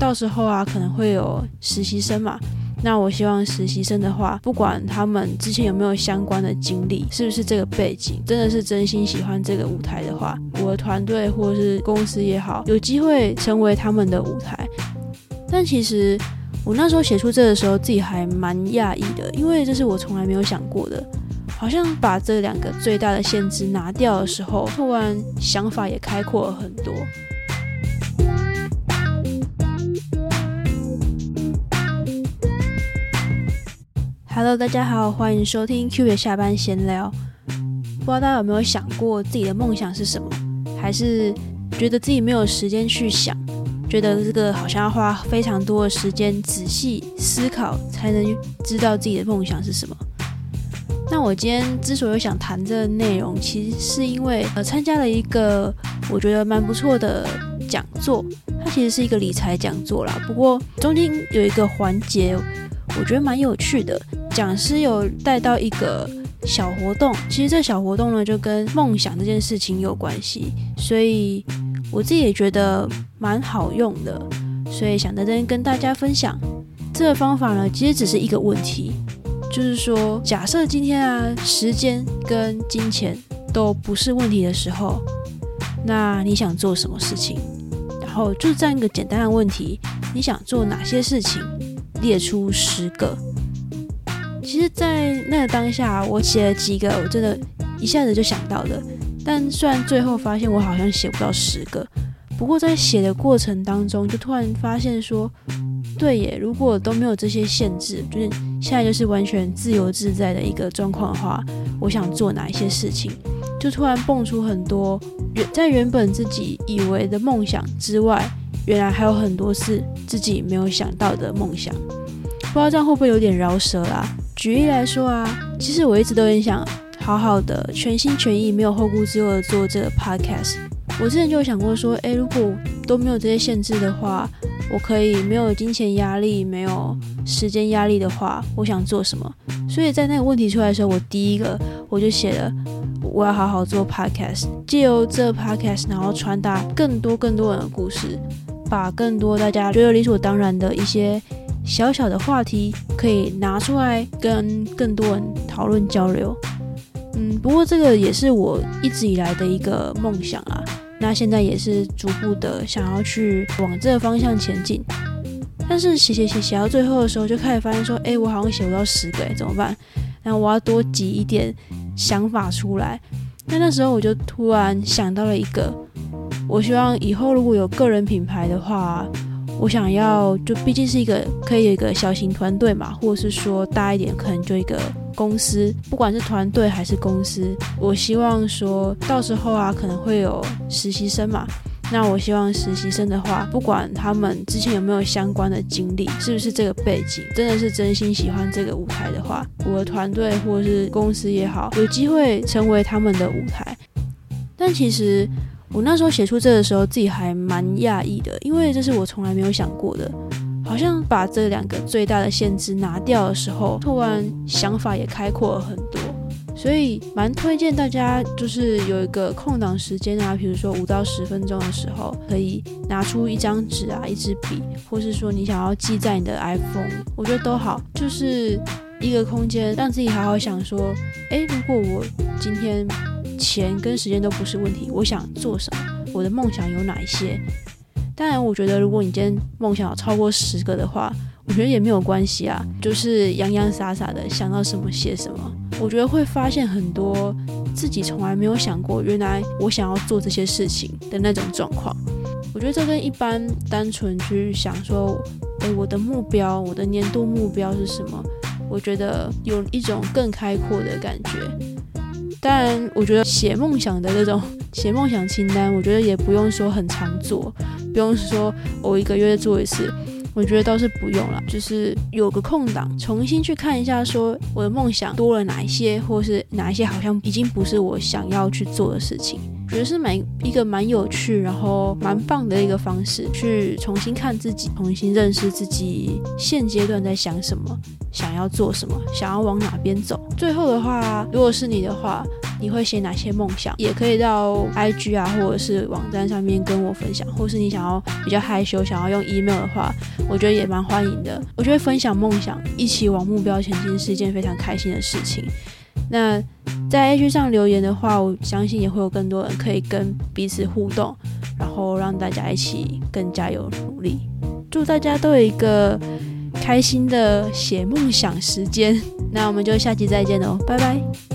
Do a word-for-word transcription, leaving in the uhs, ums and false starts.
到时候啊可能会有实习生嘛，那我希望实习生的话，不管他们之前有没有相关的经历，是不是这个背景，真的是真心喜欢这个舞台的话，我的团队或是公司也好，有机会成为他们的舞台。但其实我那时候写出这个的时候，自己还蛮讶异的，因为这是我从来没有想过的。好像把这两个最大的限制拿掉的时候，突然想法也开阔了很多。Hello， 大家好，欢迎收听 Q 的下班闲聊。不知道大家有没有想过自己的梦想是什么？还是觉得自己没有时间去想，觉得这个好像要花非常多的时间仔细思考才能知道自己的梦想是什么？那我今天之所以想谈这个内容，其实是因为呃参加了一个我觉得蛮不错的讲座，它其实是一个理财讲座啦。不过中间有一个环节，我觉得蛮有趣的，讲师有带到一个小活动，其实这小活动呢就跟梦想这件事情有关系，所以我自己也觉得蛮好用的，所以想在这边跟大家分享。这个方法呢，其实只是一个问题。就是说，假设今天啊，时间跟金钱都不是问题的时候，那你想做什么事情？然后就这样一个简单的问题，你想做哪些事情？列出十个。其实，在那个当下，我写了几个，我真的一下子就想到的。但虽然最后发现我好像写不到十个，不过在写的过程当中，就突然发现说，对耶，如果都没有这些限制，就是现在就是完全自由自在的一个状况的话，我想做哪一些事情，就突然蹦出很多在原本自己以为的梦想之外，原来还有很多是自己没有想到的梦想。不知道这样会不会有点饶舌啦？举例来说啊，其实我一直都很想好好的全心全意没有后顾之忧的做这个 podcast。我之前就有想过说，诶，如果都没有这些限制的话，我可以没有金钱压力，没有时间压力的话，我想做什么？所以在那个问题出来的时候，我第一个我就写了，我要好好做 podcast， 借由这 podcast， 然后传达更多更多人的故事，把更多大家觉得理所当然的一些小小的话题可以拿出来跟更多人讨论交流。嗯，不过这个也是我一直以来的一个梦想啊。那现在也是逐步的想要去往这个方向前进，但是写写写写到最后的时候，就开始发现说，哎，我好像写不到十个，哎，怎么办？那我要多挤一点想法出来。那那时候我就突然想到了一个，我希望以后如果有个人品牌的话，我想要就毕竟是一个可以有一个小型团队嘛，或者是说大一点，可能就一个公司，不管是团队还是公司，我希望说到时候啊可能会有实习生嘛，那我希望实习生的话，不管他们之前有没有相关的经历，是不是这个背景，真的是真心喜欢这个舞台的话，我的团队或者是公司也好，有机会成为他们的舞台。但其实我那时候写出这个的时候，自己还蛮讶异的，因为这是我从来没有想过的。好像把这两个最大的限制拿掉的时候，突然想法也开阔了很多。所以蛮推荐大家，就是有一个空档时间啊，比如说五到十分钟的时候，可以拿出一张纸啊，一支笔，或是说你想要记在你的 iPhone， 我觉得都好，就是一个空间，让自己好好想说，诶，如果我今天钱跟时间都不是问题，我想做什么？我的梦想有哪一些？当然，我觉得如果你今天梦想有超过十个的话，我觉得也没有关系啊，就是洋洋洒洒的想到什么写什么。我觉得会发现很多自己从来没有想过，原来我想要做这些事情的那种状况。我觉得这跟一般单纯去想说，诶，我的目标，我的年度目标是什么？我觉得有一种更开阔的感觉。当然，我觉得写梦想的这种写梦想清单，我觉得也不用说很常做，不用说我一个月做一次，我觉得倒是不用啦，就是有个空档，重新去看一下，说我的梦想多了哪一些，或是哪一些好像已经不是我想要去做的事情。 我觉得是蛮一个蛮有趣然后蛮棒的一个方式，去重新看自己，重新认识自己现阶段在想什么，想要做什么，想要往哪边走。最后的话，如果是你的话，你会写哪些梦想，也可以到 I G 啊或者是网站上面跟我分享，或是你想要比较害羞想要用 email 的话，我觉得也蛮欢迎的。我觉得分享梦想一起往目标前进是一件非常开心的事情。那在 I G 上留言的话，我相信也会有更多人可以跟彼此互动，然后让大家一起更加有努力。祝大家都有一个开心的写梦想时间，那我们就下期再见喽，拜拜。